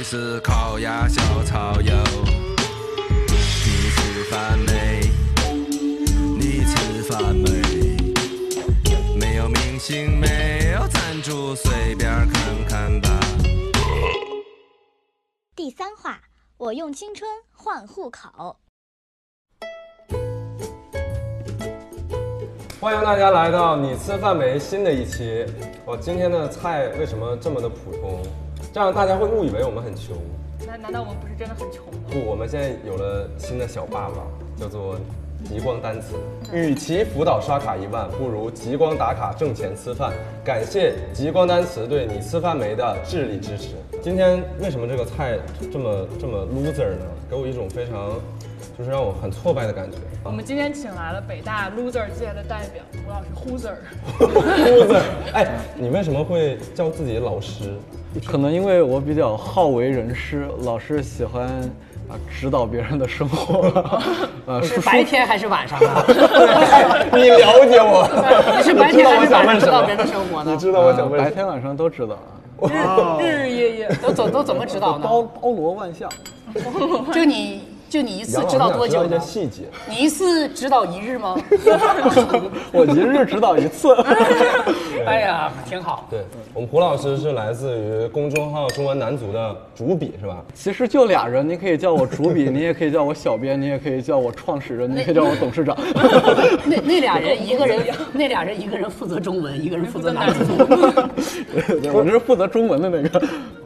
是烤鸭小草油。你吃饭没？你吃饭没？没有明星，没有赞助，随便看看吧。 第三话，我用青春换户口。 欢迎大家来到你吃饭没新的一期。今天的菜为什么这么的普通？这样大家会误以为我们很穷。 难道我们不是真的很穷吗？ 不，我们现在有了新的小爸爸，叫做极光单词。与其辅导刷卡1万，不如极光打卡挣钱吃饭。感谢极光单词对你吃饭没的智力支持。今天为什么这个菜这么 loser 呢？给我一种非常就是让我很挫败的感觉。 我们今天请来了北大 loser 界的代表吴老师 Whoser。哎，你为什么会叫自己老师？ 可能因为我比较好为人师，老是喜欢指导别人的生活。 是白天还是晚上啊？ 你了解我， 你是白天还是晚上指导别人的生活呢？ 你知道我想问什么？ 白天晚上都知道。 日日夜夜都怎么指导呢？ 包罗万象。 就你一次指导多久呢？ 细节。 你一次指导1日吗？ 我1日指导1次。 哎呀，挺好。 对，我们胡老师是来自于公众号中文男足的主笔是吧？ 其实就俩人，你可以叫我主笔，你也可以叫我小编，你也可以叫我创始人，你也可以叫我董事长。 那俩人一个人负责中文，一个人负责男足。 我这是负责中文的那个。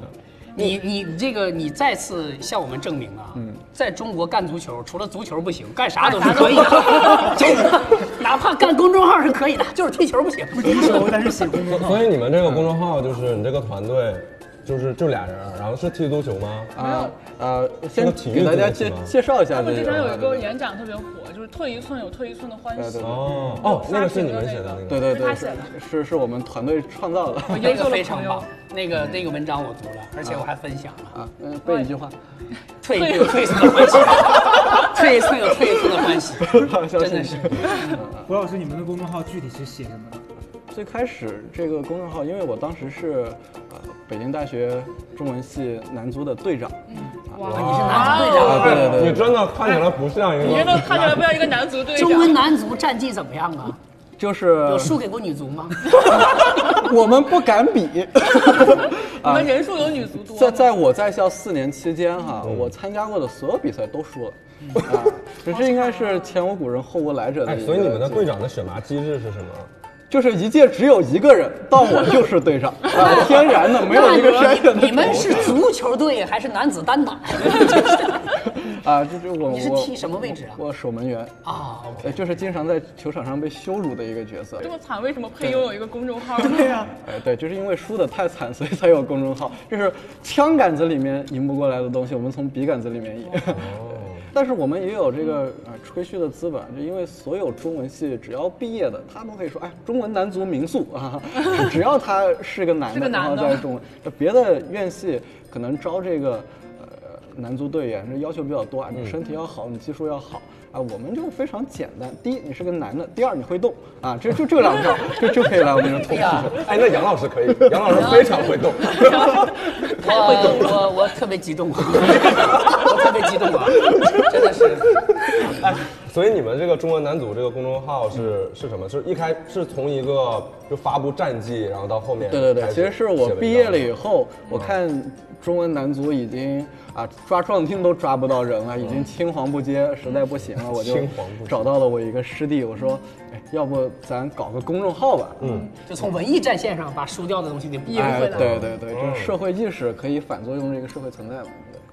你再次向我们证明啊，在中国干足球，除了足球不行，干啥都是可以的。这个哪怕干公众号是可以的，就是踢球不行。 踢球，但是写公众号。 所以你们这个公众号就是你这个团队，就俩人，然后是踢足球吗？ 先给大家介绍一下。 他们经常有一个演讲特别火，就是退一寸有退一寸的欢喜。 那个是你们写的那个？对， 他写的， 是我们团队创造的。 那个非常棒，那个文章我读了，而且我还分享了。 背一句话： 退一寸有退一寸的欢喜，退一寸有退一寸的欢喜，真的是。 胡老师，你们的公众号具体是写什么的？ 最开始这个公众号，因为我当时是北京大学中文系男足的队长。 哇，你是男足队长？ 对，你真的看起来不像一个。 你真的看起来不像一个男足队长。 中文男足战绩怎么样啊？ 就是有输给过女足吗？ 我们不敢比。 你们人数有女足多。 在我在校4年期间我参加过的所有比赛都输了。这应该是前无古人后无来者的。 所以你们的队长的选拔机制是什么？ 就是一届只有1个人，到我就是队长，天然的，没有一个筛选的。 你们是足球队还是男子单打？ 就是我。 你是踢什么位置啊？ 我守门员啊， 就是经常在球场上被羞辱的一个角色。 这么惨，为什么配拥有一个公众号？ 对呀， 对，就是因为输得太惨，所以才有公众号。就是枪杆子里面赢不过来的东西，我们从笔杆子里面赢。但是我们也有这个吹嘘的资本，就因为所有中文系只要毕业的，他都可以说，中文男足名宿啊，只要他是个男的，然后在中文。别的院系可能招这个男足队员，这要求比较多你身体要好，你技术要好我们就非常简单。第一，你是个男的；第二，你会动就这2条就可以来我们这同事。 那杨老师可以，杨老师非常会动。 太会动了，我特别激动，我特别激动真的是。 所以你们这个中文男足这个公众号是什么？是从一个就发布战绩，然后到后面。 对，其实是我毕业了以后，我看中文男足已经抓壮丁都抓不到人了，已经青黄不接，实在不行了，我就找到了我一个师弟，我说，要不咱搞个公众号吧？ 就从文艺战线上把输掉的东西给补回来。 对，这社会意识可以反作用这个社会存在嘛。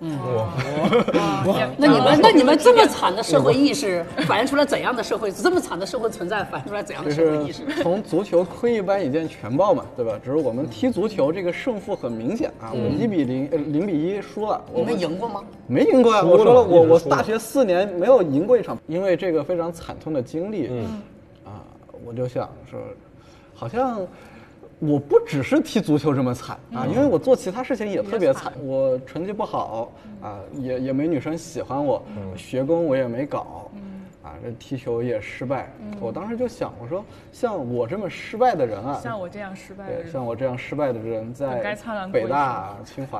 那你们这么惨的社会意识反映出来怎样的社会？这么惨的社会存在反映出来怎样的社会意识？ 从足球窥一斑以见全豹嘛，对吧？只是我们踢足球这个胜负很明显我1-0输了。 你们赢过吗？ 没赢过我说了，我大学4年没有赢过一场，因为这个非常惨痛的经历。我就想说，好像。我不只是踢足球这么惨因为我做其他事情也特别惨。我成绩不好也没女生喜欢我，学工我也没搞这踢球也失败。我当时就想，我说像我这么失败的人像我这样失败的人， 像我这样失败的人，在北大、清华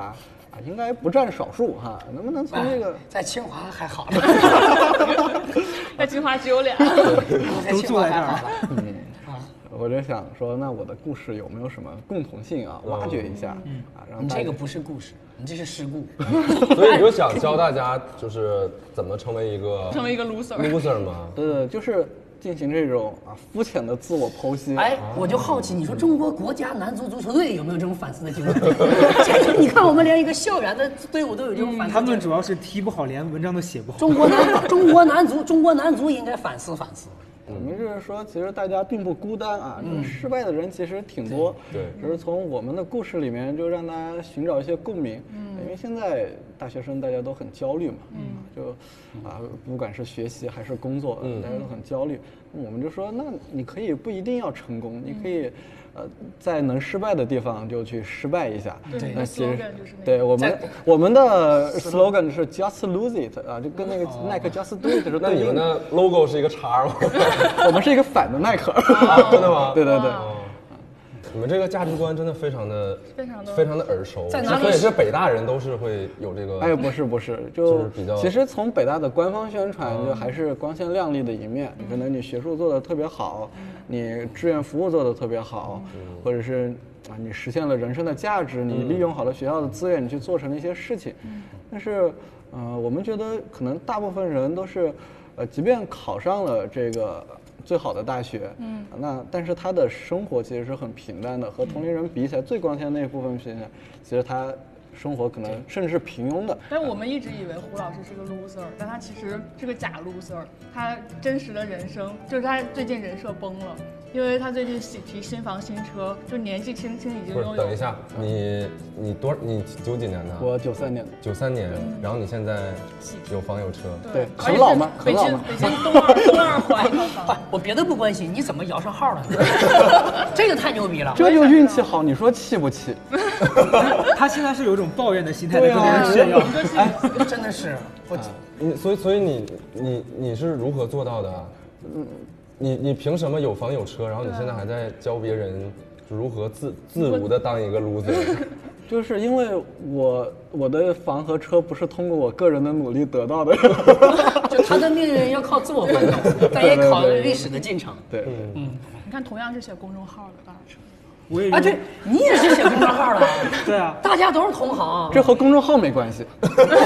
应该不占少数哈，能不能从这个在清华还好， 在清华只有俩， 在清华还好了。 我就想说，那我的故事有没有什么共同性啊？挖掘一下，让大家你这个不是故事，你这是事故。 所以你就想教大家就是怎么成为一个 loser 吗？ 对，就是进行这种肤浅的自我剖析。 哎，我就好奇，你说中国国家男足足球队有没有这种反思的经历？你看，我们连一个校园的队伍都有这种反思。 他们主要是踢不好，连文章都写不好。 中国男足应该反思反思。 我们就是说，其实大家并不孤单啊，就是失败的人其实挺多。 对， 只是从我们的故事里面，就让大家寻找一些共鸣。因为现在大学生大家都很焦虑嘛，不管是学习还是工作，大家都很焦虑。我们就说，那你可以不一定要成功，你可以。在能失败的地方就去失败一下。 对， 那其实对我们的 slogan 是 just lose it 啊，就跟那个耐克 just do it 是。 那你们的 logo 是一个叉吗？ 我们是一个反的耐克。 真的吗？ 对。 你们这个价值观真的非常的耳熟， 在哪里？ 所以是北大人都是会有这个。 哎，不是， 就是比较。 其实从北大的官方宣传，就还是光鲜亮丽的一面。可能你学术做得特别好，你志愿服务做得特别好，或者是你实现了人生的价值，你利用好了学校的资源，你去做成了一些事情。但是，我们觉得可能大部分人都是，即便考上了这个。最好的大学，但是他的生活其实是很平淡的，和同龄人比起来，最光鲜那一部分平淡，其实他生活可能甚至是平庸的。 但我们一直以为胡老师是个 loser， 但他其实是个假 loser， 他真实的人生就是他最近人设崩了。因为他最近提新房新车，就年纪轻轻已经拥有。 等一下，你90几年的？ 我93年的。 93年，然后你现在有房有车， 对，很老吗？ 北京东二环一套房。 我别的不关心，你怎么摇上号了？这个太牛逼了！ 这就运气好，你说气不气？ 他现在是有一种抱怨的心态在跟别人炫耀。 哎，真的是所以你是如何做到的？你凭什么有房有车，然后你现在还在教别人如何自如的当一个 loser？ 就是因为我的房和车不是通过我个人的努力得到的， 就他的命运要靠自我奋斗，但也考虑历史的进程。 对， 你看，同样是写公众号的大车。 对，你也是写公众号的。 对啊， 大家都是同行。 这和公众号没关系。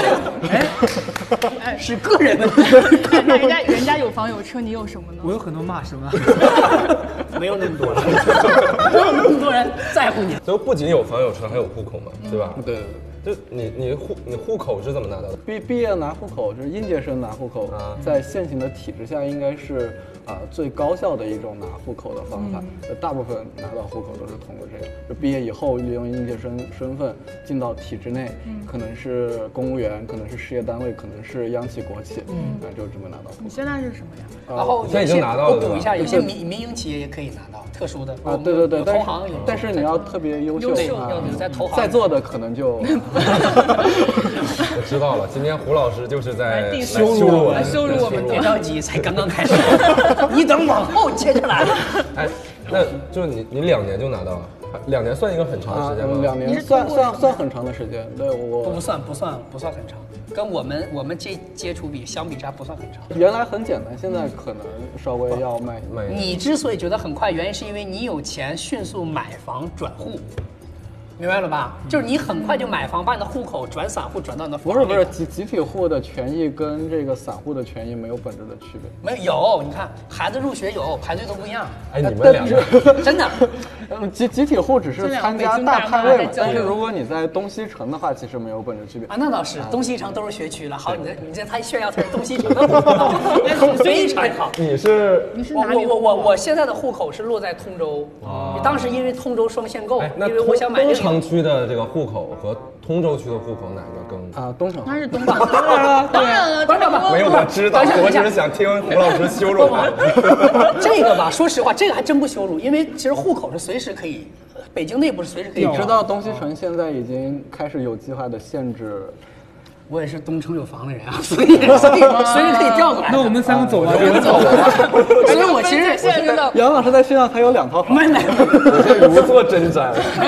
是个人的。 那人家有房有车，你有什么呢？ 我有很多骂声啊。 没有那么多人，没有那么多人在乎你。 就不仅有房有车，还有户口嘛，对吧？ 对。 就你户口是怎么拿到的？ 毕业拿户口就是应届生拿户口，在现行的体制下应该是最高效的一种拿户口的方法。大部分拿到户口都是通过这个，就毕业以后利用应届生身份进到体制内，可能是公务员，可能是事业单位，可能是央企国企，就这么拿到户口。 你现在是什么呀？ 然后现在已经拿到了， 我补一下，有些民营企业也可以拿到特殊的对， 投行有， 但是你要特别优秀， 要在投行在座的可能就。 我知道了，今天胡老师就是在羞辱我们。 别着急，才刚刚开始，你等往后接着来。 哎，那就你2年就拿到了，2年算一个很长的时间吗 ？2年算很长的时间，对我不算很长，跟我们接触相比之下不算很长。 原来很简单，现在可能稍微要慢。 你之所以觉得很快，原因是因为你有钱迅速买房转户。明白了吧？就是你很快就买房，把你的户口转散户转到你的房里。 不是集体户的权益跟这个散户的权益没有本质的区别。 有，你看孩子入学有排队都不一样。 哎，你们两个真的， 集体户只是参加大派位嘛，但是如果你在东西城的话，其实没有本质区别。 那倒是，东西城都是学区了。好，你这他炫耀他是东西城的户口，非常好。 你是哪里？ 我现在的户口是落在通州。当时因为通州双限购，因为我想买这个。 东城区的这个户口和通州区的户口哪个更？ 东城。 那是东莞。当然了， 没有人知道，我只是想听胡老师羞辱他。 这个吧，说实话，这个还真不羞辱，因为其实户口是随时可以，北京内部是随时可以。 你知道东西城现在已经开始有计划的限制。 我也是东城有房的人啊，所以随时可以调过来。 那我们3个走吧， 我们走吧。所以我其实杨老师在炫耀他有2套房。 没， 我这如坐针毡。 不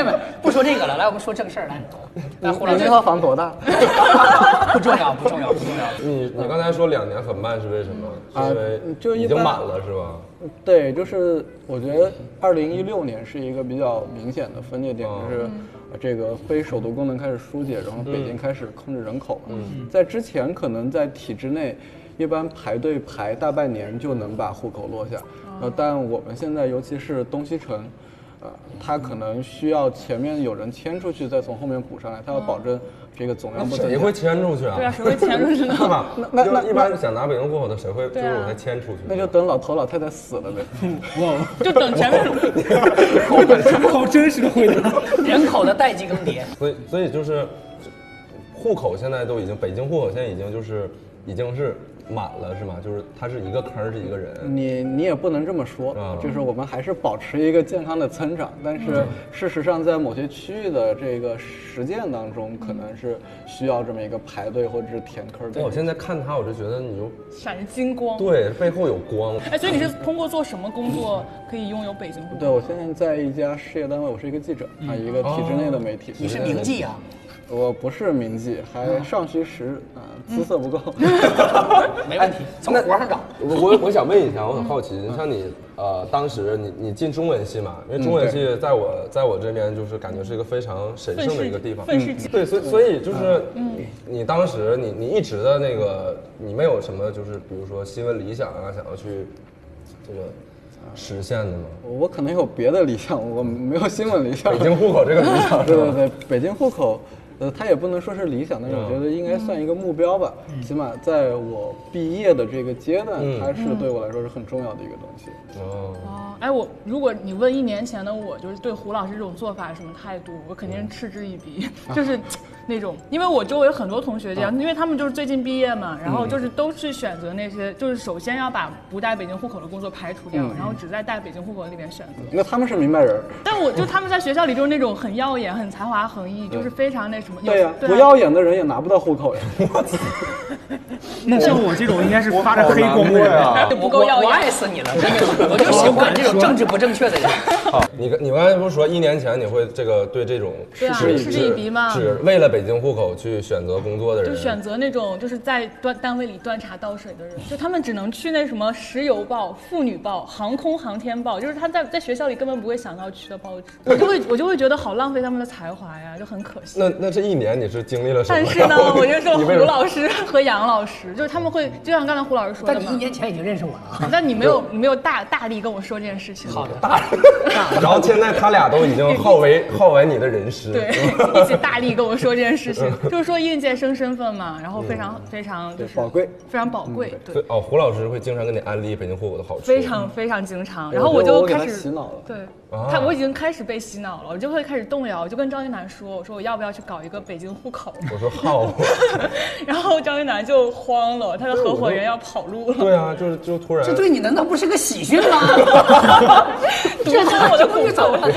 不说这个了，来我们说正事儿来。那胡老师这套房多大？ 不重要。 你刚才说2年很慢是为什么？是因为就已经满了是吧？ 对，就是我觉得2016年是一个比较明显的分界点，就是这个非首都功能开始疏解，然后北京开始控制人口。在之前可能在体制内，一般排队排大半年就能把户口落下，但我们现在尤其是东西城。他可能需要前面有人迁出去，再从后面补上来，他要保证这个总量不增加。 谁会迁出去啊？ 对啊，谁会迁出去呢？ 那一般想拿北京户口的，谁会就是我才迁出去？ 那就等老头老太太死了呗。 哇， 就等前面。 好真实的回答。 人口的代际更迭。 所以就是户口现在都已经，北京户口现在已经是满了是吗？就是它是一个坑是一个人。 你也不能这么说，就是我们还是保持一个健康的增长，但是事实上在某些区域的这个实践当中，可能是需要这么一个排队或者是填坑。 对，我现在看它，我就觉得你就闪着金光。 对，背后有光。 哎，所以你是通过做什么工作可以拥有北京户口？ 对，我现在在一家事业单位，我是一个记者，一个体制内的媒体。 你是名记啊？ 我不是名记，还尚需时，姿色不够。 没问题，从活上找。 我想问一下，我很好奇，像你当时你进中文系嘛？因为中文系在我这边就是感觉是一个非常神圣的一个地方。对，所以就是你当时你一直的那个，你没有什么就是比如说新闻理想啊，想要去这个实现的吗？ 我可能有别的理想，我没有新闻理想。 北京户口这个理想是吧？ 对，北京户口。它也不能说是理想，但是我觉得应该算一个目标吧。起码在我毕业的这个阶段，它是对我来说是很重要的一个东西。 哎，如果你问1年前的我，就是对胡老师这种做法什么态度，我肯定是嗤之以鼻，就是那种，因为我周围很多同学这样，因为他们就是最近毕业嘛，然后就是都是选择那些，就是首先要把不带北京户口的工作排除掉，然后只在带北京户口的里面选择。 那他们是明白人。 但他们在学校里就是那种很耀眼、很才华横溢，就是非常那什么。 对呀，不耀眼的人也拿不到户口呀。 那像我这种应该是发着黑光的呀， 就不够耀眼。我爱死你了，真的，我就喜欢这种政治不正确的人。 好，你刚才不是说1年前你会对这种嗤之以鼻吗？ 只为了北京户口去选择工作的人， 就选择那种就是在单位里端茶倒水的人，就他们只能去那什么石油报、妇女报、航空航天报，就是他在学校里根本不会想到去的报纸，我就会觉得好浪费他们的才华呀，就很可惜。 那这1年你是经历了什么？ 但是呢，我就说胡老师和杨老师，就是他们会就像刚才胡老师说的， 但你1年前已经认识我了， 但你没有大力跟我说这件事情。 好的， 然后现在他俩都已经号为你的人师， 对，一起大力跟我说这件事情，就是说应届生身份嘛，然后非常就是宝贵， 非常宝贵。对胡老师会经常跟你安利北京户口的好处， 非常经常。然后我就开始洗脑了， 对。我已经开始被洗脑了，我就会开始动摇，我就跟张一楠说，我说我要不要去搞一个北京户口？ 我说好。 然后张一楠就慌了，他的合伙人要跑路了。 对啊，就突然。 这对你难道不是个喜讯吗？ 这是我的户口了。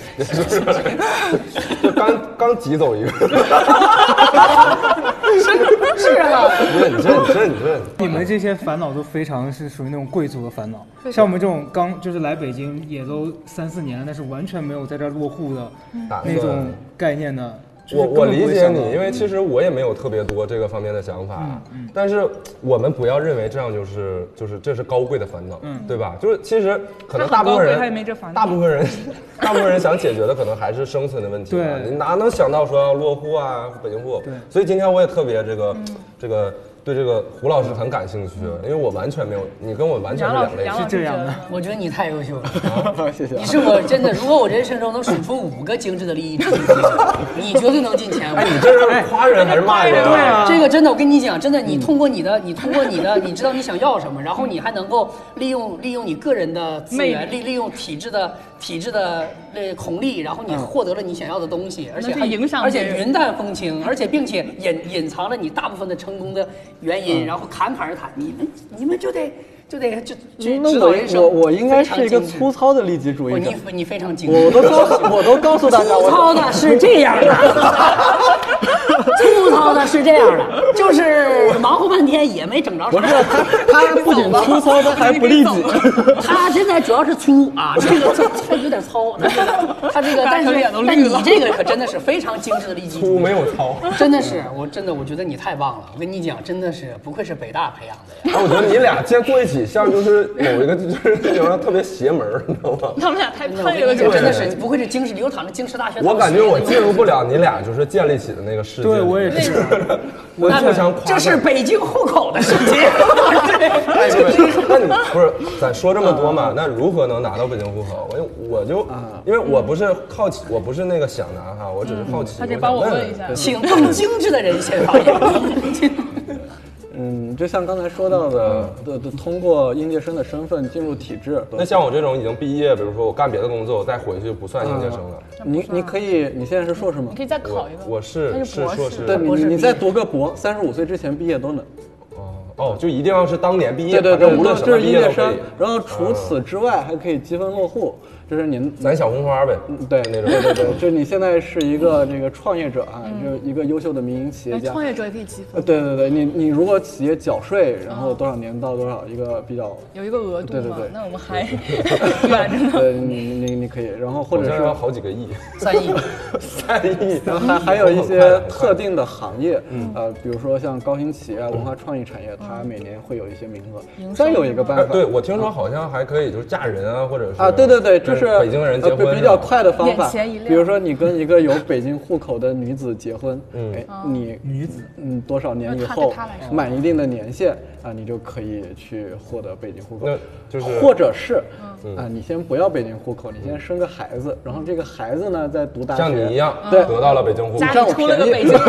就刚挤走一个。 是啊。 认真。 你们这些烦恼都非常是属于那种贵族的烦恼，像我们这种刚就是来北京也都3-4年了，但是完全没有在这儿落户的那种概念的。 我理解你，因为其实我也没有特别多这个方面的想法，但是我们不要认为这样就是这是高贵的烦恼，对吧？就是其实可能大部分人想解决的可能还是生存的问题，你哪能想到说要落户啊，北京户？所以今天我也特别这个对这个胡老师很感兴趣，因为我完全没有，你跟我完全是两类。 是这样的， 我觉得你太优秀了， 谢谢。 你是我真的，如果我人生中能数出5个精致的利益之一，你绝对能进前5。 哎，你这是夸人还是骂人？ 对啊， 这个真的，我跟你讲，真的，你通过你的，你知道你想要什么，然后你还能够利用你个人的资源，利用体制的红利，然后你获得了你想要的东西，而且云淡风轻，并且隐藏了你大部分的成功的原因，然后侃侃而谈，你们就得那我应该是一个粗糙的利己主义者， 你非常精致， 我都告诉大家， 粗糙的是这样的。 粗糙的是这样的，就是忙活半天也没整着事儿。 不是他不仅粗糙，他还不利己。 他现在主要是粗啊，这有点糙。他这个，但你这个可真的是非常精致的利己。 粗没有糙， 真的是，我觉得你太棒了。我跟你讲，真的是不愧是北大培养的。 哎，我觉得你俩现在坐一起，像就是某一个就是那种特别邪门，你知道吗？ 他们俩太配了， 真的是不愧是京师流淌着京师大学。 我感觉我进入不了你俩就是建立起的那个世界。 对，我也是。 我互相夸。 这是北京户口的世界。 那你不是咱说这么多嘛？那如何能拿到北京户口？我就因为我不是好奇，我不是那个想拿哈，我只是好奇。 他得帮我问一下， 请更精致的人先发言。 就像刚才说到的，通过应届生的身份进入体制。 那像我这种已经毕业，比如说我干别的工作，我再回去就不算应届生了。 你可以，你现在是硕士吗？ 你可以再考一个。 我是硕士。 对，你再读个博，35岁之前毕业都能。 哦，就一定要是当年毕业， 对， 无论什么毕业都可以。 然后除此之外，还可以积分落户，就是您攒小红花呗。 对，那种对，就你现在是一个这个创业者啊，就一个优秀的民营企业家。 创业者也可以积分。 对，你如果企业缴税，然后多少年到多少一个比较有一个额度嘛？ 对， 那我们还远着呢。 对，你可以，然后或者是要好几个亿 ，3亿 ，3亿， 然后还有一些特定的行业，比如说像高新企业、文化创意产业，它每年会有一些名额。再有一个办法， 对我听说好像还可以就是嫁人啊，或者是对，就是北京人结婚比较快的方法。 比如说你跟一个有北京户口的女子结婚，你女子多少年以后满一定的年限啊，你就可以去获得北京户口。 就是或者是你先不要北京户口，你先生个孩子，然后这个孩子呢在读大学， 像你一样对得到了北京户口， 家里出了个北京人。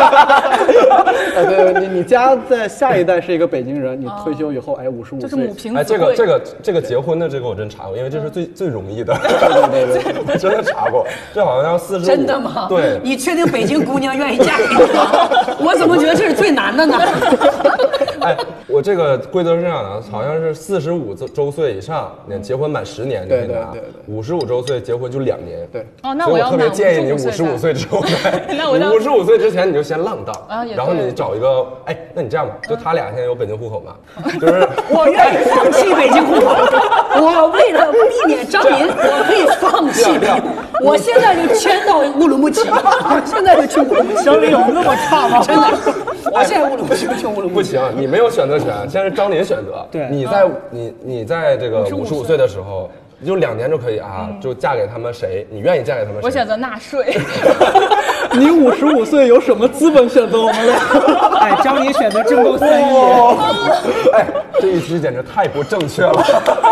对，你家在下一代是一个北京人，你退休以后55岁， 就是母凭子贵。这个结婚的这个我真查过，因为这是最容易的。 对， 真的查过，这好像要45。 真的吗？ 对， 你确定北京姑娘愿意嫁给你吗？我怎么觉得这是最难的呢？ 哎，我这个规则是这样的，好像是45周岁以上，你结婚满10年就可以拿；55周岁结婚就2年。 对。 哦，那我要特别建议你55岁之后来。 那我 55岁之前你就先浪荡，然后对你找一个，哎，那你这样吧，就他俩现在有北京户口吗？就是我愿意放弃北京户口，我为了避免张林，我可以放弃。我现在就迁到乌鲁木齐，现在就去乌鲁木齐。 张林有那么差吗？ 真的，我现在乌鲁木齐就去乌鲁木齐。 不行，你没有选择权，现在是张林选择。 对， 你在这个55岁的时候，就2年就可以啊，就嫁给他们谁，你愿意嫁给他们谁？ 我选择纳税。 你55岁有什么资本选择我们俩？ 哎，张林选择挣够3亿。 哎，这一期简直太不正确了。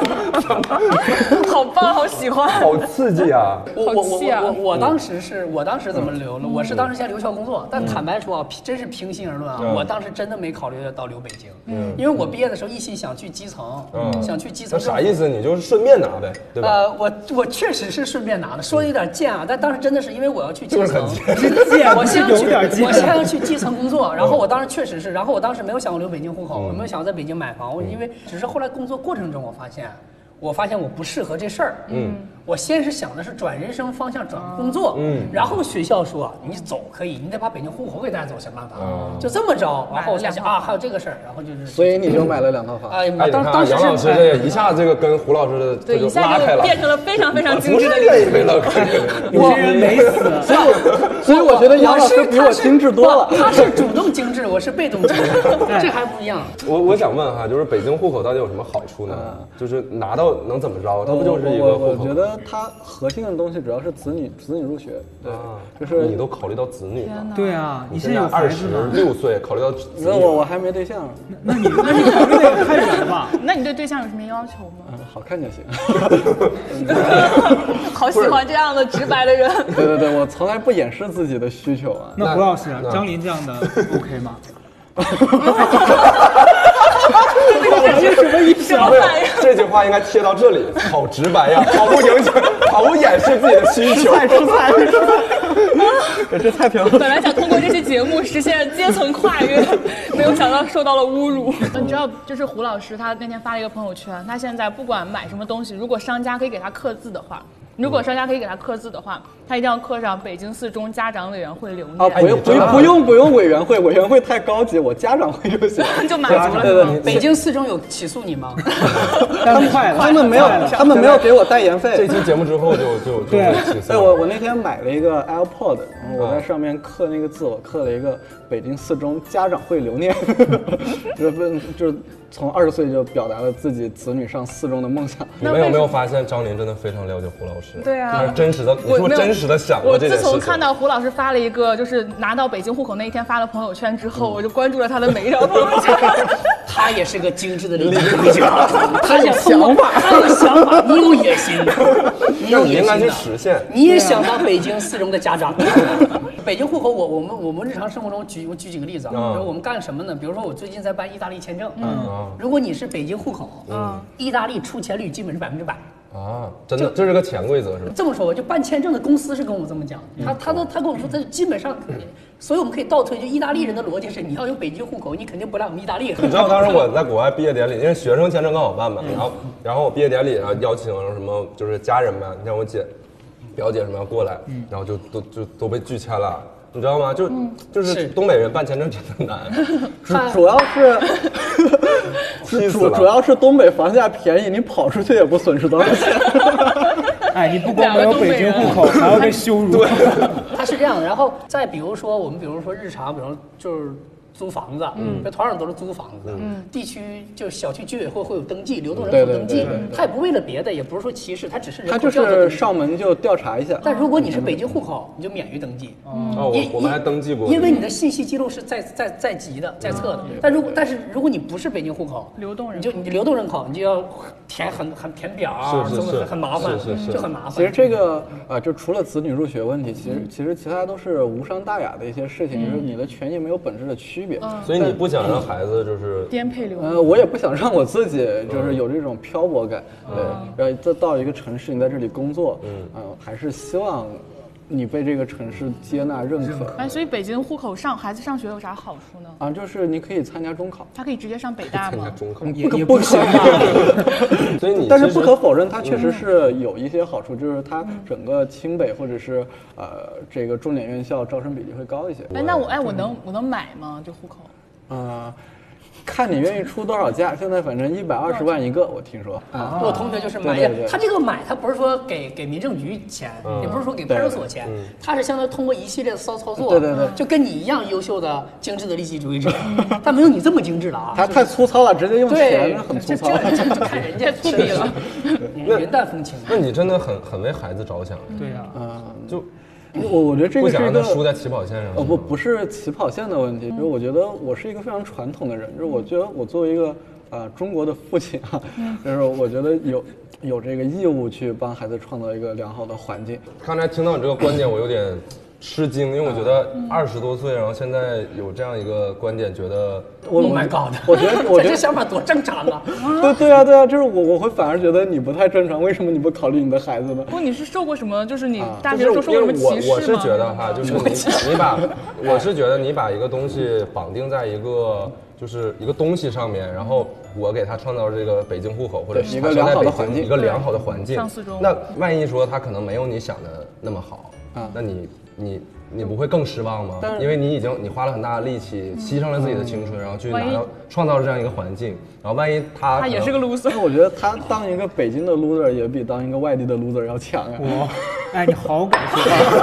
好棒，好喜欢， 好刺激啊！ 我当时怎么留了？我是当时先留校工作，但坦白说啊，真是平心而论啊，我当时真的没考虑到留北京，因为我毕业的时候一心想去基层，想去基层。 那啥意思？你就是顺便拿呗，对吧？ 我确实是顺便拿的，说的有点贱啊，但当时真的是因为我要去基层，我先要去基层工作，然后我当时确实是，然后我当时没有想过留北京户口，我没有想过在北京买房，因为只是后来工作过程中我发现我不适合这事儿。我先是想的是转人生方向，转工作。然后学校说你走可以，你得把北京户口给带走，想办法。就这么着，然后我才想啊，还有这个事儿，然后就是。 所以你就买了2套房。 哎，当时杨老师这一下这个跟胡老师的对一下就变成了非常非常精致的人了。 有些人没死， 所以我觉得杨老师比我精致多了。 他是主动精致，我是被动精致，这还不一样。 我想问哈，就是北京户口到底有什么好处呢？就是拿到能怎么着？它不就是一个户口？ 我觉得它核心的东西主要是子女入学，对，就是你都考虑到子女了。 对啊， 你现在26岁，考虑到子女。 我还没对象。 那你考虑的也太远了吧？ 那你对对象有什么要求吗？ 好看就行。 好喜欢这样的直白的人。 对，我从来不掩饰自己的需求啊。 那胡老师，张林这样的 OK 吗？ 这是什么意思？ 这句话应该贴到这里，好直白呀，毫不影响，毫不掩饰自己的需求。 吃菜，这太平了。 本来想通过这期节目实现阶层跨越，没有想到受到了侮辱。你知道，就是胡老师他那天发了一个朋友圈，他现在不管买什么东西，如果商家可以给他刻字的话， 如果商家可以给他刻字的话，他一定要刻上北京4中家长委员会留念。 不用委员会，委员会太高级，我家长会就行， 就满足了。 对，北京4中有起诉你吗？ 他们没有给我代言费。 这期节目之后就对，所以我那天买了一个 AirPod， 然后我在上面刻那个字，我刻了一个北京4中家长会留念，就从20岁就表达了自己子女上4中的梦想。 你们有没有发现张琳真的非常了解胡老师？ 对啊， 他是真实的，你是不是真实的想过这件事情？ 我自从看到胡老师发了一个就是拿到北京户口那一天发了朋友圈之后，我就关注了他的每一条朋友圈。 他也是个精致的理工家，他有想法，你有野心，你有野心的， 你应该去实现。 你也想当北京4中的家长。北京户口，我们日常生活中举几个例子啊，比如我们干什么呢？比如说我最近在办意大利签证，如果你是北京户口，意大利出签率基本是100%。 啊，真的，这是个潜规则是吧？ 这么说吧，就办签证的公司是跟我这么讲，他跟我说，他基本上，所以我们可以倒推，就意大利人的逻辑是，你要有北京户口，你肯定不来我们意大利。 你知道当时我在国外毕业典礼，因为学生签证刚好办嘛，然后我毕业典礼啊邀请什么就是家人们，像我姐、表姐什么要过来，然后就都被拒签了。你知道吗？就是东北人办签证真的难， 主要是东北房价便宜，你跑出去也不损失多少钱。 哎，你不光没有北京户口，还要被羞辱。 他是这样的，然后再比如说我们日常，比如就是租房子，这团长都是租房子，地区就小区居委会会有登记，流动人口登记，他也不为了别的，也不是说歧视，他只是人口调查， 他就是上门就调查一下。 但如果你是北京户口，你就免于登记。 我们还登记过， 因为你的信息记录是在籍的，在册的。但是如果你不是北京户口， 流动人， 你流动人口，你就要填填表啊，很麻烦，就很麻烦。 其实这个就除了子女入学问题，其实其他都是无伤大雅的一些事情，就是你的权益没有本质的区别。 所以你不想让孩子就是颠沛流离？ 我也不想让我自己就是有这种漂泊感。对，然后再到一个城市，你在这里工作，还是希望你被这个城市接纳认可。 哎，所以北京户口孩子上学有啥好处呢？ 就是你可以参加中考。 他可以直接上北大吗？ 参加中考也不行吧。 所以但是不可否认，它确实是有一些好处，就是它整个清北或者是这个重点院校招生比例会高一些。 哎，那我能买吗？这户口？ 看你愿意出多少价，现在反正120万一个，我听说。 我同学就是买呀，他这个买，他不是说给民政局钱，也不是说给派出所钱，他是相当于通过一系列的骚操作， 对， 就跟你一样优秀的精致的利己主义者，但没有你这么精致了啊。 他太粗糙了，直接用钱很粗糙。 这看人家粗鄙了，云淡风轻。 那你真的很为孩子着想。 对呀， 就。 我觉得这个是一个不想让他输在起跑线上。 不是起跑线的问题，就是我觉得我是一个非常传统的人，就是我觉得我作为一个中国的父亲啊，就是我觉得有这个义务去帮孩子创造一个良好的环境。 刚才听到你这个观点，我有点吃惊，因为我觉得20多岁，然后现在有这样一个观点，觉得 Oh my God， 我觉得这想法多正常啊！ 对啊，就是我会反而觉得你不太正常，为什么你不考虑你的孩子呢？ 不，你是受过什么？就是你大学时候受过什么歧视吗？ 我是觉得哈，就是我是觉得你把一个东西绑定在一个就是一个东西上面，然后我给他创造这个北京户口，或者是一个良好的环境， 一个良好的环境。 上4中， 那万一说他可能没有你想的那么好那你不会更失望吗？因为你花了很大的力气，牺牲了自己的青春，然后去创造了这样一个环境，然后万一他也是个 loser， 我觉得他当一个北京的 loser 也比当一个外地的 loser 要强呀。 哎，你好感谢。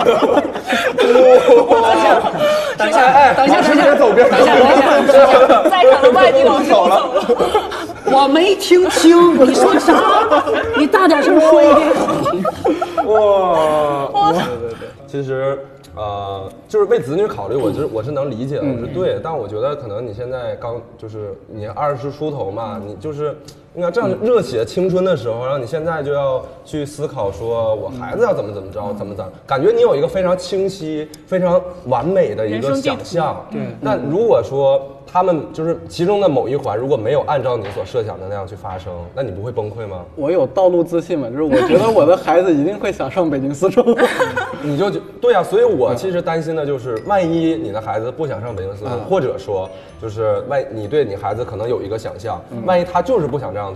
等一下， 走边， 在场的外地老师走了， 我没听清你说啥，你大点声说一遍。 哇，其实就是为子女考虑，我是能理解的，我是对，但我觉得可能你现在就是你20出头嘛，你就是应该这样热血青春的时候，然后你现在就要去思考说我孩子要怎么着，感觉你有一个非常清晰、非常完美的一个想象。对，那如果说他们就是其中的某一环如果没有按照你所设想的那样去发生，那你不会崩溃吗？ 我有道路自信嘛，就是我觉得我的孩子一定会想上北京4中。 你就对啊，所以我其实担心的就是万一你的孩子不想上北京4中，或者说就是你对你孩子可能有一个想象，万一他就是不想这样做，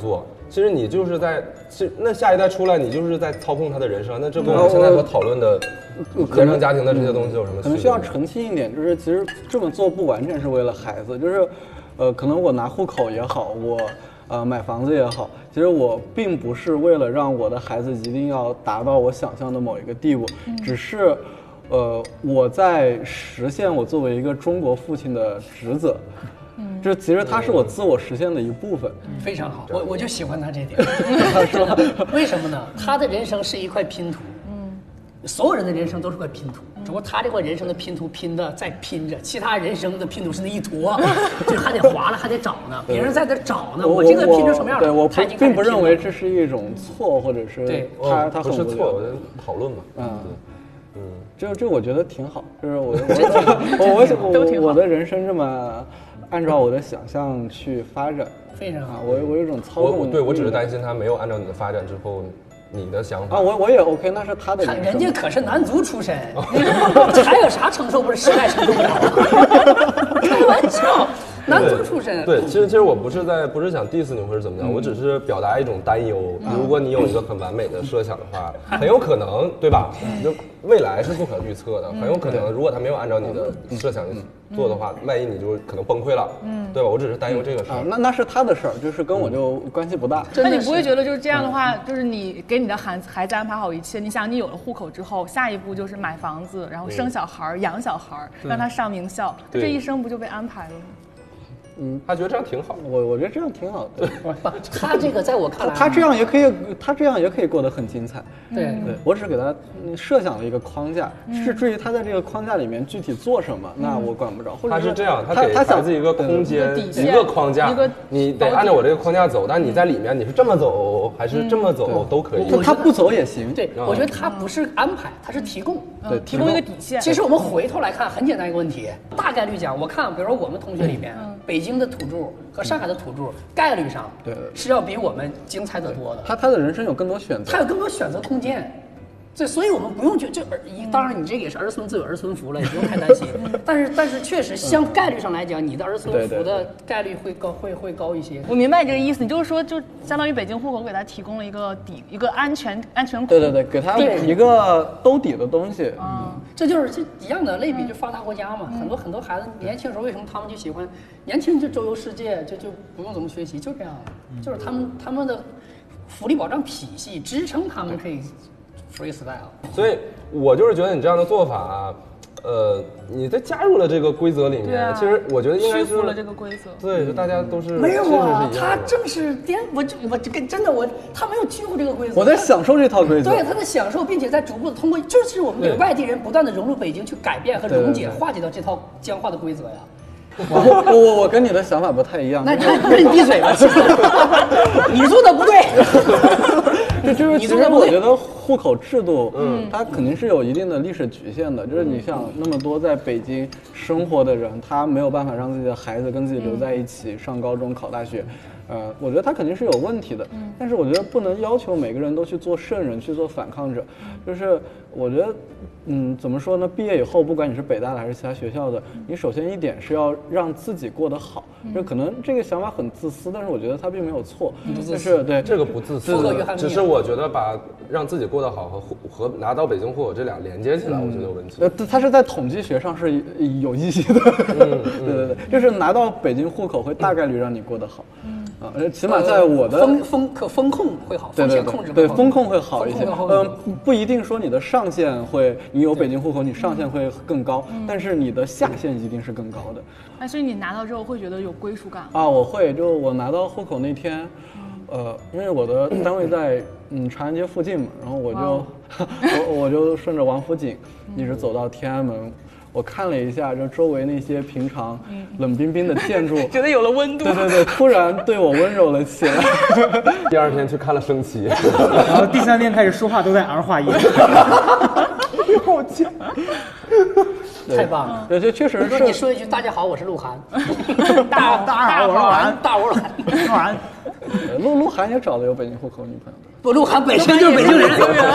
其实你就是那下一代出来，你就是在操控他的人生。那这跟我们现在所讨论的原生家庭的这些东西有什么区别？ 可能需要澄清一点，就是其实这么做不完全是为了孩子，就是可能我拿户口也好，我买房子也好，其实我并不是为了让我的孩子一定要达到我想象的某一个地步，只是我在实现我作为一个中国父亲的职责。这其实它是我自我实现的一部分， 非常好，我就喜欢他这点，为什么呢？他的人生是一块拼图，所有人的人生都是块拼图，只不过他这块人生的拼图拼的在拼着，其他人生的拼图是那一坨，就还得划了，还得找呢，别人在这找呢，我这个拼成什么样？ 对，我并不认为这是一种错，或者是对他不是错，我讨论嘛， 这我觉得挺好，就是我的人生这么按照我的想象去发展， 非常好。 我有一种操控。 我只是担心他没有按照你的发展之后，你的想法啊，我也 OK， 那是他的人生。 人家可是男足出身，还有啥承受不了？实在承受不了啊！开玩笑。男足出身。 对，其实我不是想 diss 你或者怎么样，我只是表达一种担忧。如果你有一个很完美的设想的话，很有可能，对吧？就未来是不可预测的，很有可能，如果他没有按照你的设想做的话，万一你就可能崩溃了，对吧？我只是担忧这个事儿。 那是他的事儿，就是跟我就关系不大。 那你不会觉得就是这样的话，就是你给你的孩子安排好一切，你想你有了户口之后，下一步就是买房子，然后生小孩、养小孩，让他上名校，这一生不就被安排了吗？ 他觉得这样挺好， 我觉得这样挺好的。 他这个在我看来， 他这样也可以过得很精彩。 对， 我只是给他设想了一个框架，是至于他在这个框架里面具体做什么，那我管不着。或者他是这样，他给孩子一个空间，一个框架，你得按照我这个框架走，但你在里面你是这么走还是这么走都可以。 他不走也行。 对，我觉得他不是安排，他是提供， 对， 提供一个底线。 其实我们回头来看，很简单一个问题，大概率讲，我看，比如说我们同学里面，北京的土著和上海的土著概率上， 对， 是要比我们精彩得多的。 他的人生有更多选择， 他有更多选择空间。所以我们不用去当然你这个也是儿孙自有儿孙福了，也不用太担心。但是确实，相概率上来讲，你的儿孙福的概率会高一些。 我明白你这个意思，你就是说，就相当于北京户口给他提供了一个安全库。 对，给他一个兜底的东西。 这就是一样的类比，就发达国家嘛。很多孩子年轻时候为什么他们就喜欢年轻就周游世界，就不用怎么学习，就这样，就是他们的福利保障体系支撑他们可以。freestyle， 所以我就是觉得你这样的做法，你在加入了这个规则里面，其实我觉得应该是屈服了这个规则。 对，就大家都是没有啊，他正是我这个真的他没有屈服这个规则， 我在享受这套规则， 对，他在享受，并且在逐步的通过，就是我们这个外地人不断的融入北京，去改变和溶解、化解掉这套僵化的规则呀。 我跟你的想法不太一样。 那你闭嘴吧，你做的不对。 就是其实我觉得户口制度，它肯定是有一定的历史局限的。就是你像那么多在北京生活的人，他没有办法让自己的孩子跟自己留在一起，上高中、考大学。我觉得他肯定是有问题的。但是我觉得不能要求每个人都去做圣人，去做反抗者。就是我觉得，怎么说呢？毕业以后，不管你是北大的还是其他学校的，你首先一点是要让自己过得好。就可能这个想法很自私，但是我觉得他并没有错。就是对这个不自私，只是我觉得把让自己过得好和拿到北京户口这俩连接起来，我觉得有问题。 它是在统计学上是有意义的。对，就是拿到北京户口会大概率让你过得好。起码在我的风控会好，风险控制对风控会好一些。不一定说你的上限你有北京户口，你上限会更高，但是你的下限一定是更高的。 所以你拿到之后会觉得有归属感啊？我会，就我拿到户口那天，因为我的单位在长安街附近嘛，然后我就顺着王府井一直走到天安门。我看了一下，就周围那些平常冷冰冰的建筑， 觉得有了温度。 对，突然对我温柔了起来。 第二天去看了升旗， 然后第3天开始说话都在儿化音。 好强！ 太棒了！ 对，这确实是。 你说一句“大家好，我是鹿晗”。 大家好，我是鹿晗。 大我是鹿晗。 鹿晗也找了有北京户口女朋友的。 不，鹿晗本身就是北京人。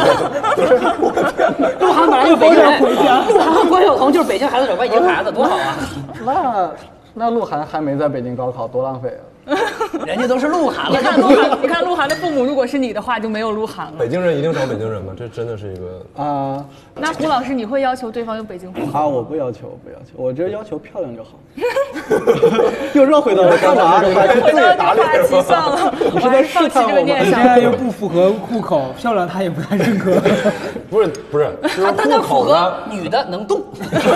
鹿晗本来就是北京人。鹿晗和关晓彤就是北京孩子找外京孩子，多好啊！ 那鹿晗还没在北京高考，多浪费啊！ 人家都是鹿晗了。 你看鹿晗的父母，如果是你的话，就没有鹿晗了。 北京人一定找北京人吗？这真的是一个那胡老师，你会要求对方有北京户口？ 我不要求，我觉得要求漂亮就好。又绕回到了干嘛？ 回到这个话题上了， 你是在试探我吗？ 现在又不符合户口，漂亮他也不太认可。 不是， 他那符合女的能动。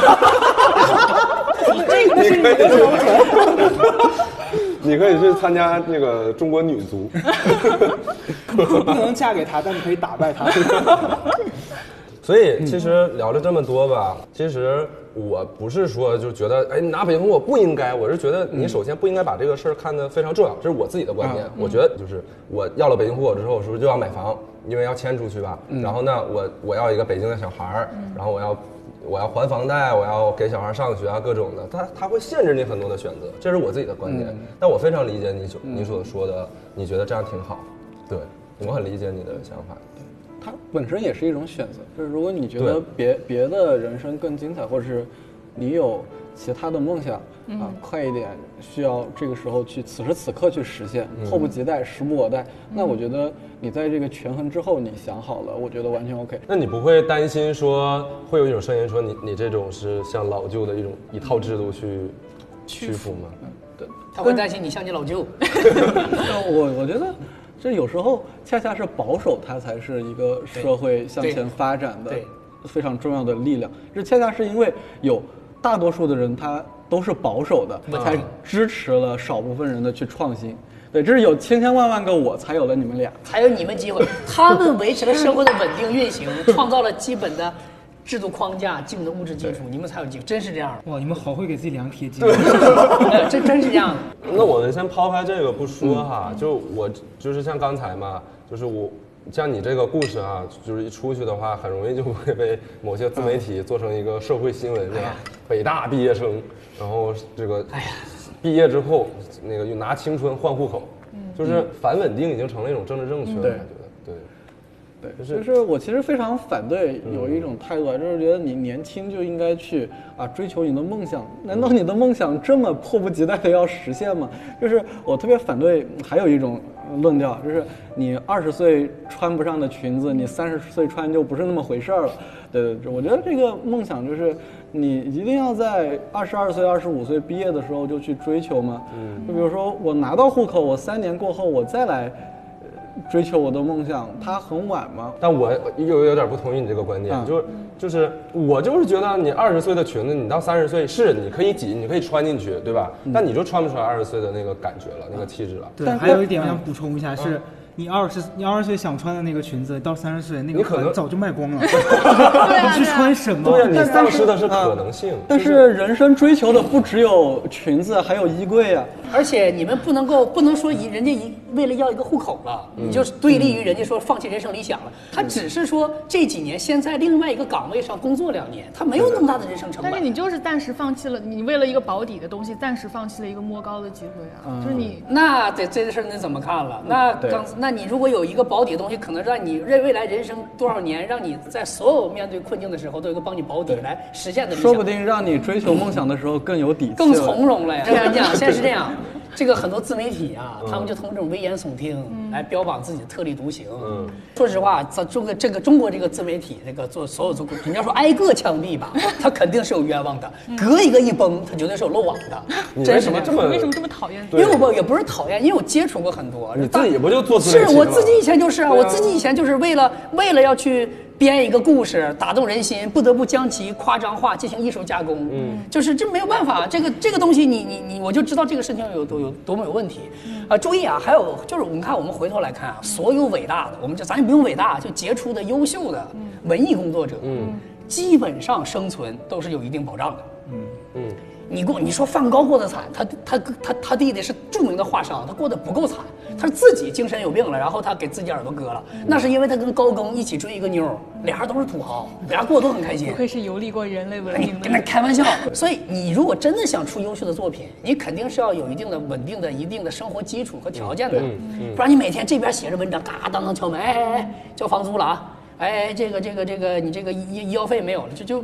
这个是你的标准。 你可以去参加那个中国女足， 不能嫁给他，但你可以打败他。 所以其实聊了这么多吧，其实我不是说就觉得你拿北京户口不应该，我是觉得你首先不应该把这个事儿看得非常重要，这是我自己的观点。我觉得就是我要了北京户口之后，是不是就要买房？因为要迁出去吧。然后呢，我要一个北京的小孩儿，然后我要还房贷，我要给小孩上学啊，各种的，他会限制你很多的选择，这是我自己的观点。但我非常理解你所说的，你觉得这样挺好，对，我很理解你的想法。 它本身也是一种选择，就是如果你觉得别的人生更精彩，或者是你有其他的梦想快一点，需要这个时候去此时此刻去实现，迫不及待，时不我待，那我觉得你在这个权衡之后，你想好了，我觉得完全 OK。 那你不会担心说会有一种声音说你这种是向老旧的一套制度去屈服吗？ 对，他会担心你像你老舅。 我觉得这有时候恰恰是保守，它才是一个社会向前发展的非常重要的力量。这恰恰是因为有大多数的人他都是保守的，才支持了少部分人的去创新。对，这是有千千万万个我，才有了你们俩， 才有你们机会。他们维持了社会的稳定运行，创造了基本的制度框架、基本的物质基础，你们才有机会。真是这样的。 哇，你们好会给自己量贴金。 这真是这样的。 那我们先抛开这个不说哈，就我就是像刚才嘛，就是我像你这个故事啊，就是一出去的话，很容易就会被某些自媒体做成一个社会新闻，对吧？北大毕业生，然后这个毕业之后那个又拿青春换户口，就是反稳定已经成了一种政治正确了，对， 就是我其实非常反对有一种态度啊，就是觉得你年轻就应该去追求你的梦想，难道你的梦想这么迫不及待的要实现吗？就是我特别反对还有一种论调，就是你20岁穿不上的裙子，你30岁穿就不是那么回事了。对，我觉得这个梦想就是你一定要在22岁、25岁毕业的时候就去追求嘛。就比如说我拿到户口，我3年过后我再来追求我的梦想，它很晚吗？ 但我又有点不同意你这个观点，就是我就是觉得你20岁的裙子，你到30岁是你可以挤，你可以穿进去，对吧？但你就穿不出来20岁的那个感觉了，那个气质了。 对，还有一点我想补充一下是。你20岁想穿的那个裙子，到30岁那个可能早就卖光了。你去穿什么？ 对呀，你丧失的是可能性。 但是人生追求的不只有裙子，还有衣柜啊。 而且你们不能说人家为了要一个户口了，你就对立于人家说放弃人生理想了。他只是说这几年先在另外一个岗位上工作2年，他没有那么大的人生成本。 但是你就是暂时放弃了，你为了一个保底的东西，暂时放弃了一个摸高的机会啊。就是你那这个事儿你怎么看了？那你如果有一个保底的东西，可能让你未来人生多少年，让你在所有面对困境的时候都有个帮你保底来实现的理想， 说不定让你追求梦想的时候更有底气， 更从容了呀。我跟你讲，现在是这样。这个很多自媒体啊，他们就通过这种危言耸听来标榜自己的特立独行。说实话，中国这个自媒体做所有你要说挨个枪毙吧，他肯定是有冤枉的；隔一个一崩，他绝对是有漏网的。 你为什么这么讨厌？ 因为我也不是讨厌，因为我接触过很多。 你自己不就做自媒体吗？ 是我自己以前就是啊，我自己以前就是为了要去编一个故事打动人心，不得不将其夸张化进行艺术加工。就是这没有办法，这个东西我就知道这个事情有多么有问题。注意啊，还有就是我们回头来看啊，所有伟大的，咱也不用伟大，就杰出的、优秀的文艺工作者，基本上生存都是有一定保障的。你说梵高过得惨，他弟弟是著名的画商，他过得不够惨，他是自己精神有病了，然后他给自己耳朵割了，那是因为他跟高更一起追一个妞，俩人都是土豪，俩人过得都很开心。 不愧是游历过人类文明的。 跟他开玩笑。所以你如果真的想出优秀的作品，你肯定是要有一定的稳定的、一定的生活基础和条件的，不然你每天这边写着文章，嘎当敲门，交房租了啊，这个你这个医药费没有了，就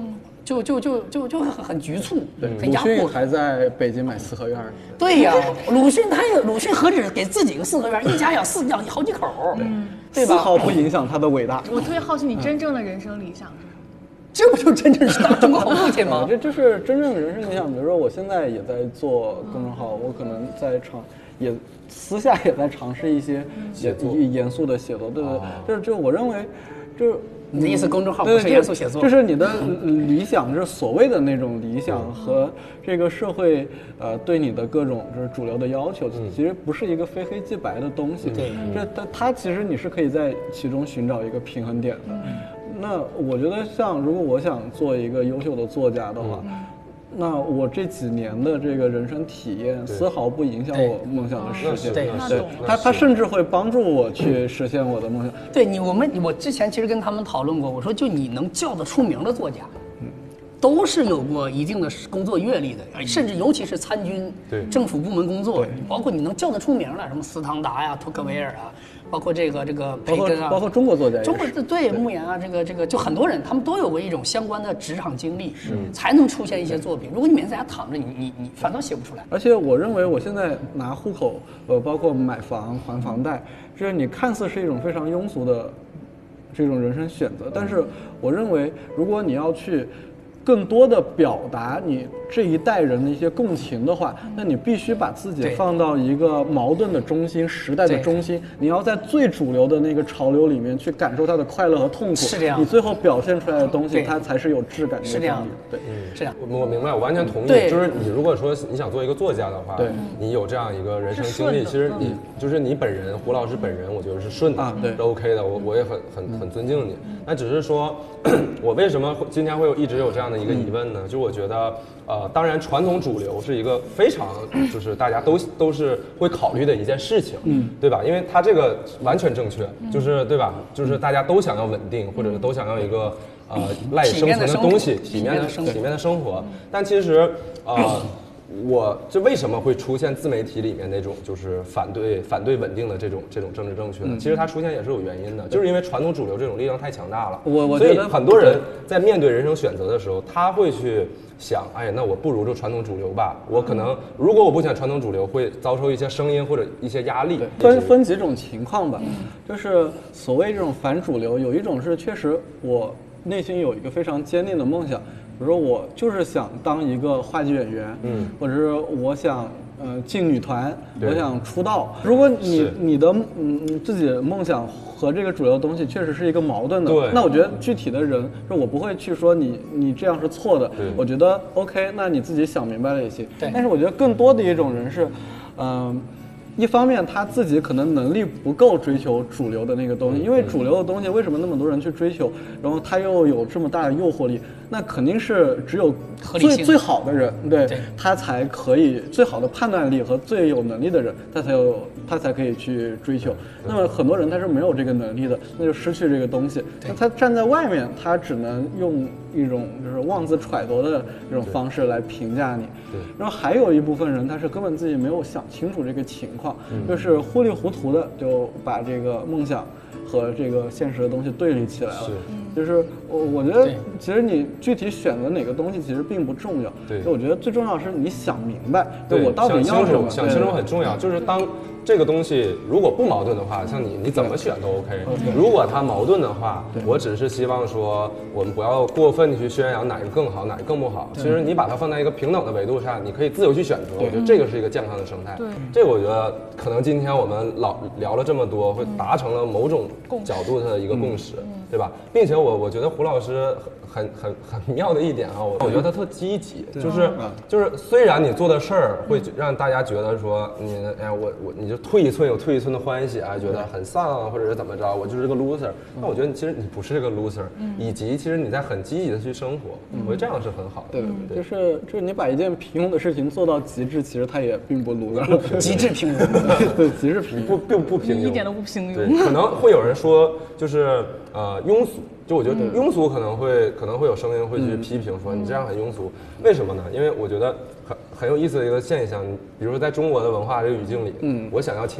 就很局促，很鲁压迫。 迅还在北京买四合院。 对呀，鲁迅何止给自己个四合院，一家养好几口，对吧？ 丝毫不影响他的伟大。 我特别好奇你真正的人生理想是什么？ 这不就真正是当中国好父亲吗？ 这就是真正的人生理想。比如说，我现在也在做公众号，我可能在也私下也在尝试一些严肃的写作。对，就是我认为，就是你的意思，公众号不是严肃写作， 就是你的理想，就是所谓的那种理想和这个社会对你的各种就是主流的要求，其实不是一个非黑即白的东西。 对， 它其实你是可以在其中寻找一个平衡点的。那我觉得，像如果我想做一个优秀的作家的话，那我这几年的这个人生体验丝毫不影响我梦想的实现。 对， 它甚至会帮助我去实现我的梦想。 对我之前其实跟他们讨论过，我说就你能叫得出名的作家，都是有过一定的工作阅历的，甚至尤其是参军政府部门工作，包括你能叫得出名的，什么斯汤达呀、托克维尔啊。包括这个培根啊， 包括中国作家， 中国对牧原啊，这个就很多人，他们都有过一种相关的职场经历，才能出现一些作品。如果你每天在家躺着，你反倒写不出来。 而且我认为我现在拿户口，包括买房、还房贷，就是你看似是一种非常庸俗的这种人生选择，但是我认为，如果你要去更多的表达你这一代人的一些共情的话，那你必须把自己放到一个矛盾的中心、时代的中心，你要在最主流的那个潮流里面去感受它的快乐和痛苦。 是这样， 你最后表现出来的东西，它才是有质感的。 是这样， 对， 是这样。 我明白，我完全同意。就是你如果说你想做一个作家的话，你有这样一个人生经历，其实你就是你本人，胡老师本人，我觉得是顺的，是 OK 的。我也很尊敬你。那只是说，我为什么今天会一直有这样的一个疑问呢？就我觉得，当然传统主流是一个非常就是大家都是会考虑的一件事情，对吧？因为它这个完全正确，就是对吧？就是大家都想要稳定，或者都想要一个赖以生存的东西，体面的生活。但其实我这为什么会出现自媒体里面那种就是反对稳定的这种政治正确呢？其实它出现也是有原因的，就是因为传统主流这种力量太强大了。 我所以很多人在面对人生选择的时候，他会去想，哎，那我不如就传统主流吧。我可能如果我不选传统主流，会遭受一些声音或者一些压力。 分几种情况吧，就是所谓这种反主流，有一种是确实我内心有一个非常坚定的梦想。比如说我就是想当一个话剧演员，或者是我想进女团，我想出道。如果你的自己的梦想和这个主流的东西确实是一个矛盾的，那我觉得具体的人，我不会去说你这样是错的。我觉得 OK， 那你自己想明白了也行。但是我觉得更多的一种人是，一方面他自己可能能力不够追求主流的那个东西，因为主流的东西为什么那么多人去追求，然后他又有这么大的诱惑力，那肯定是只有最好的人，对他才可以最好的判断力和最有能力的人，他才可以去追求。那么很多人他是没有这个能力的，那就失去这个东西。那他站在外面，他只能用一种就是妄自揣度的这种方式来评价你。然后还有一部分人，他是根本自己没有想清楚这个情况，就是糊里糊涂的就把这个梦想和这个现实的东西对立起来了。就是我觉得其实你具体选择哪个东西其实并不重要，就我觉得最重要是你想明白，就我到底要什么。 想清楚很重要，就是当这个东西如果不矛盾的话，像你怎么选都 OK。如果它矛盾的话，我只是希望说我们不要过分的去宣扬哪一个更好，哪一个更不好。其实你把它放在一个平等的维度上，你可以自由去选择。我觉得这个是一个健康的生态。这个我觉得可能今天我们聊了这么多，会达成了某种角度的一个共识，对吧？并且我觉得胡老师很妙的一点啊，我觉得他特积极，就是虽然你做的事儿会让大家觉得说你就退一寸有退一寸的欢喜啊，觉得很丧啊，或者是怎么着，我就是个 loser。那我觉得其实你不是个 loser，以及其实你在很积极的去生活，我觉得这样是很好的。 对，就是你把一件平庸的事情做到极致，其实它也并不 loser， 极致平庸， 对，极致平庸， 不平庸， 一点都不平庸。 对，可能会有人说就是庸俗。就我觉得庸俗可能会有声音会去批评说你这样很庸俗，为什么呢？因为我觉得很有意思的一个现象，比如说在中国的文化这个语境里，我想要钱，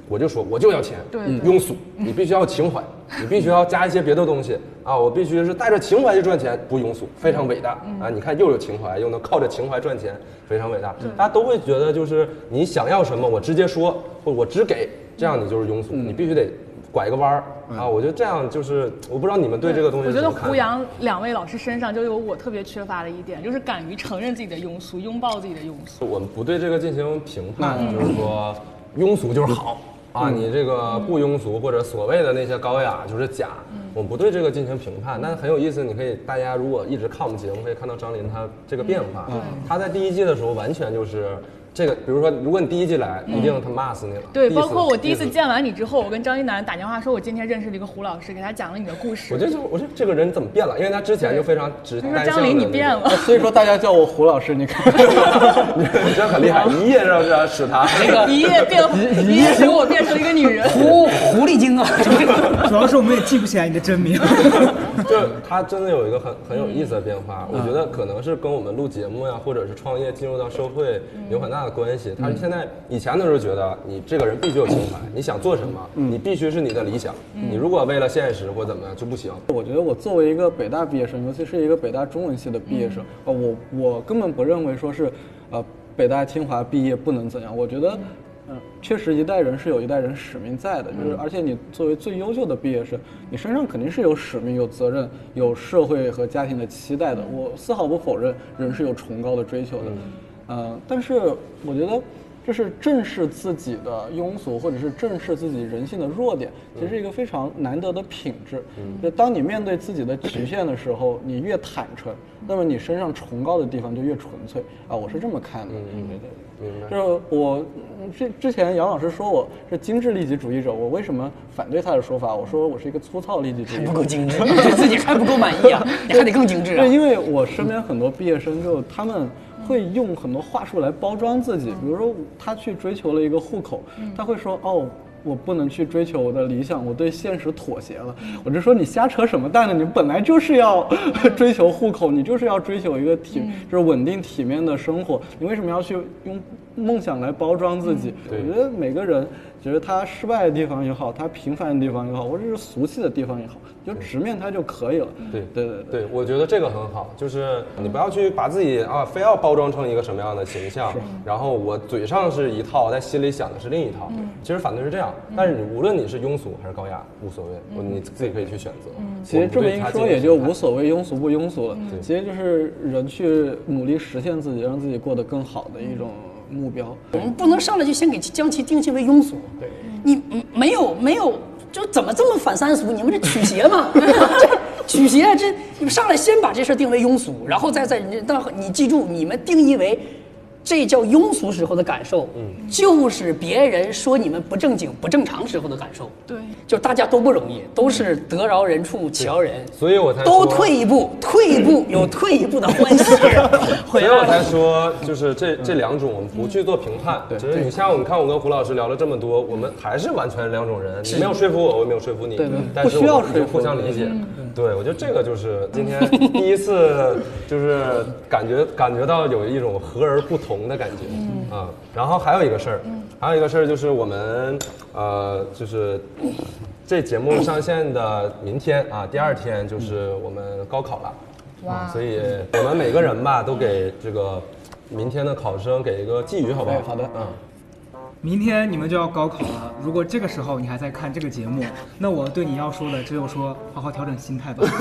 我就说我就要钱， 对， 庸俗，你必须要情怀，你必须要加一些别的东西啊，我必须是带着情怀去赚钱，不庸俗，非常伟大啊！你看又有情怀，又能靠着情怀赚钱，非常伟大。大家都会觉得就是你想要什么，我直接说，或者我只给，这样你就是庸俗，你必须得拐个弯儿啊！我觉得这样就是，我不知道你们对这个东西我觉得胡杨两位老师身上就有我特别缺乏的一点，就是敢于承认自己的庸俗，拥抱自己的庸俗。 我们不对这个进行评判，就是说庸俗就是好啊，你这个不庸俗或者所谓的那些高雅就是假，我们不对这个进行评判。但是很有意思，你可以大家如果一直看我们节目，可以看到张琳她这个变化。她在第一季的时候完全就是。这个，比如说，如果你第一季来，一定他骂死你了。 对，包括我第一次见完你之后，我跟张一楠打电话说，我今天认识了一个胡老师，给他讲了你的故事。 我说这个人怎么变了？因为他之前就非常直单向的。 张琳，你变了。 所以说大家叫我胡老师，你看， 你真很厉害，一夜是不是使他？ 这个一夜使我变成一个女人。 狐狸精啊！ 主要是我们也记不起来你的真名。 就是他真的有一个很有意思的变化，我觉得可能是跟我们录节目呀，或者是创业进入到社会有很大的关系。他现在以前的时候觉得你这个人必须有情怀，你想做什么，你必须是你的理想，你如果为了现实或怎么样就不行。 我觉得我作为一个北大毕业生，尤其是一个北大中文系的毕业生，我根本不认为说是，北大清华毕业不能怎样。我觉得。确实一代人是有一代人使命在的，就是而且你作为最优秀的毕业生，你身上肯定是有使命、有责任、有社会和家庭的期待的。我丝毫不否认人是有崇高的追求的，但是我觉得就是正视自己的庸俗，或者是正视自己人性的弱点，其实是一个非常难得的品质。就当你面对自己的局限的时候，你越坦诚，那么你身上崇高的地方就越纯粹啊！我是这么看的。就是我之前杨老师说我是精致利己主义者，我为什么反对他的说法？我说我是一个粗糙利己主义者， 还不够精致，对自己还不够满意啊，你还得更精致啊！ 对，因为我身边很多毕业生就他们会用很多话术来包装自己，比如说他去追求了一个户口，他会说哦。我不能去追求我的理想，我对现实妥协了。我就说你瞎扯什么淡呢？你本来就是要追求户口，你就是要追求一个就是稳定体面的生活，你为什么要去用梦想来包装自己？我觉得每个人觉得他失败的地方也好，他平凡的地方也好，或者是俗气的地方也好，就直面它就可以了。 对，我觉得这个很好，就是你不要去把自己非要包装成一个什么样的形象，然后我嘴上是一套，在心里想的是另一套。其实反对是这样，但是无论你是庸俗还是高雅，无所谓，你自己可以去选择。 其实这么一说也就无所谓庸俗不庸俗了，其实就是人去努力实现自己，让自己过得更好的一种目标。 我们不能上来就先将其定性为庸俗。对，你没有，就怎么这么反三俗？你们这曲协吗？曲协这你们上来先把这事定为庸俗，然后你记住，你们定义为。这叫庸俗时候的感受，就是别人说你们不正经、不正常时候的感受。 对， 就大家都不容易，都是得饶人处且饶人， 所以我才都退一步有退一步的欢喜。 所以我才说，就是这两种我们不去做评判。就是你像你看，我跟胡老师聊了这么多，我们还是完全两种人。你没有说服我，我也没有说服你，但是我们就互相理解。对，我觉得这个就是今天第一次，就是感觉到有一种和而不同的感觉。然后还有一个事儿，就是我们就是这节目上线的明天第二天就是我们高考了。哇！所以我们每个人吧都给这个明天的考生给一个寄语，好不好？ 好的。 明天你们就要高考了，如果这个时候你还在看这个节目，那我对你要说的只有说好好调整心态吧。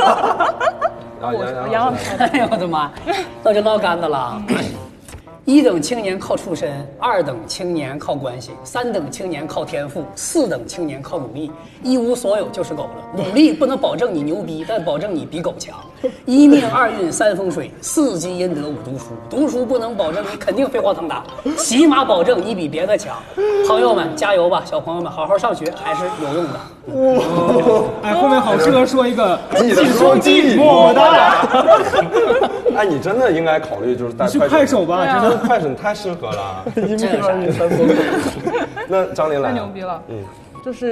杨老师，哎呦我的妈，那就闹干的了。1等青年靠出身，2等青年靠关系，3等青年靠天赋，4等青年靠努力，1无所有就是狗了。努力不能保证你牛逼，但保证你比狗强。1命2运3风水，4积阴德5读书。读书不能保证你肯定飞黄腾达，起码保证你比别的强。朋友们加油吧，小朋友们好好上学还是有用的。 哎，后面好适合说一个记得说寂寞的。哎，你真的应该考虑就是带去快手吧，真的快手你太适合了。 1命2运3风水。 那张琳来， 太牛逼了。就是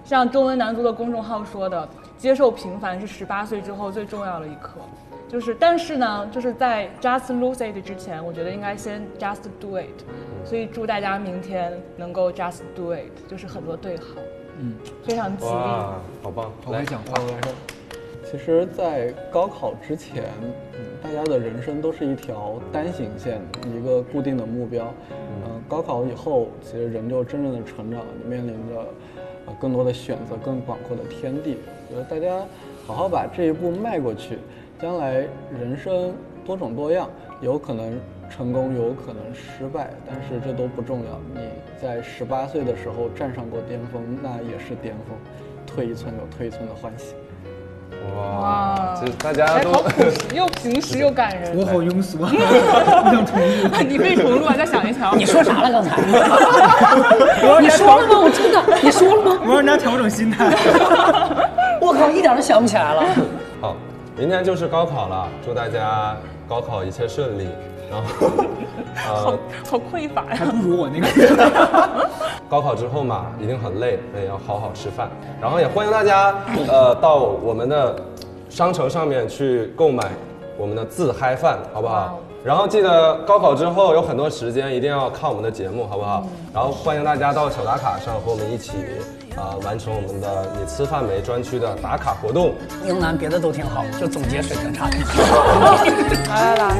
像中文男足的公众号说的，接受平凡是18岁之后最重要的一课。但是呢，就是在 just lose it 之前，我觉得应该先 just do it。所以祝大家明天能够 just do it， 就是很多对好，非常吉利。 哇，好棒！ 来讲话。 其实，在高考之前，大家的人生都是一条单行线，一个固定的目标。高考以后，其实人就真正的成长，面临着更多的选择，更广阔的天地。我觉得大家好好把这一步迈过去，将来人生多种多样，有可能成功，有可能失败，但是这都不重要。你在18岁的时候站上过巅峰，那也是巅峰。退一寸有退一寸的欢喜。 哇，其实大家都好朴实，又平实又感人。 我好庸俗啊！我想重录。 你可以重录啊，再想一想。 你说啥了刚才？你说了吗？我真的，你说了吗？ 我让人家调整心态。 我靠，一点都想不起来了。 好，明天就是高考了，祝大家高考一切顺利。然后， 好匮乏呀， 还不如我那个。 高考之后嘛，一定很累，也要好好吃饭。然后也欢迎大家，到我们的商城上面去购买我们的自嗨饭，好不好？然后记得高考之后有很多时间，一定要看我们的节目，好不好？然后欢迎大家到小打卡上和我们一起，完成我们的你吃饭没专区的打卡活动。 英男别的都挺好，就总结水平差点。 来，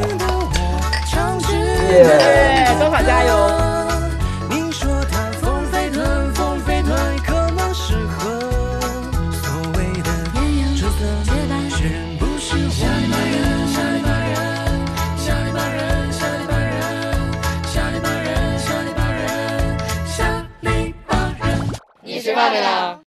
耶！ 高考加油！ 你说它风飞腾，风飞腾可能适合所谓的出色是人不是下里巴人，下里巴人，下里巴人，下里巴人，下里巴人，下里巴人，下里巴人。你吃饭没啦？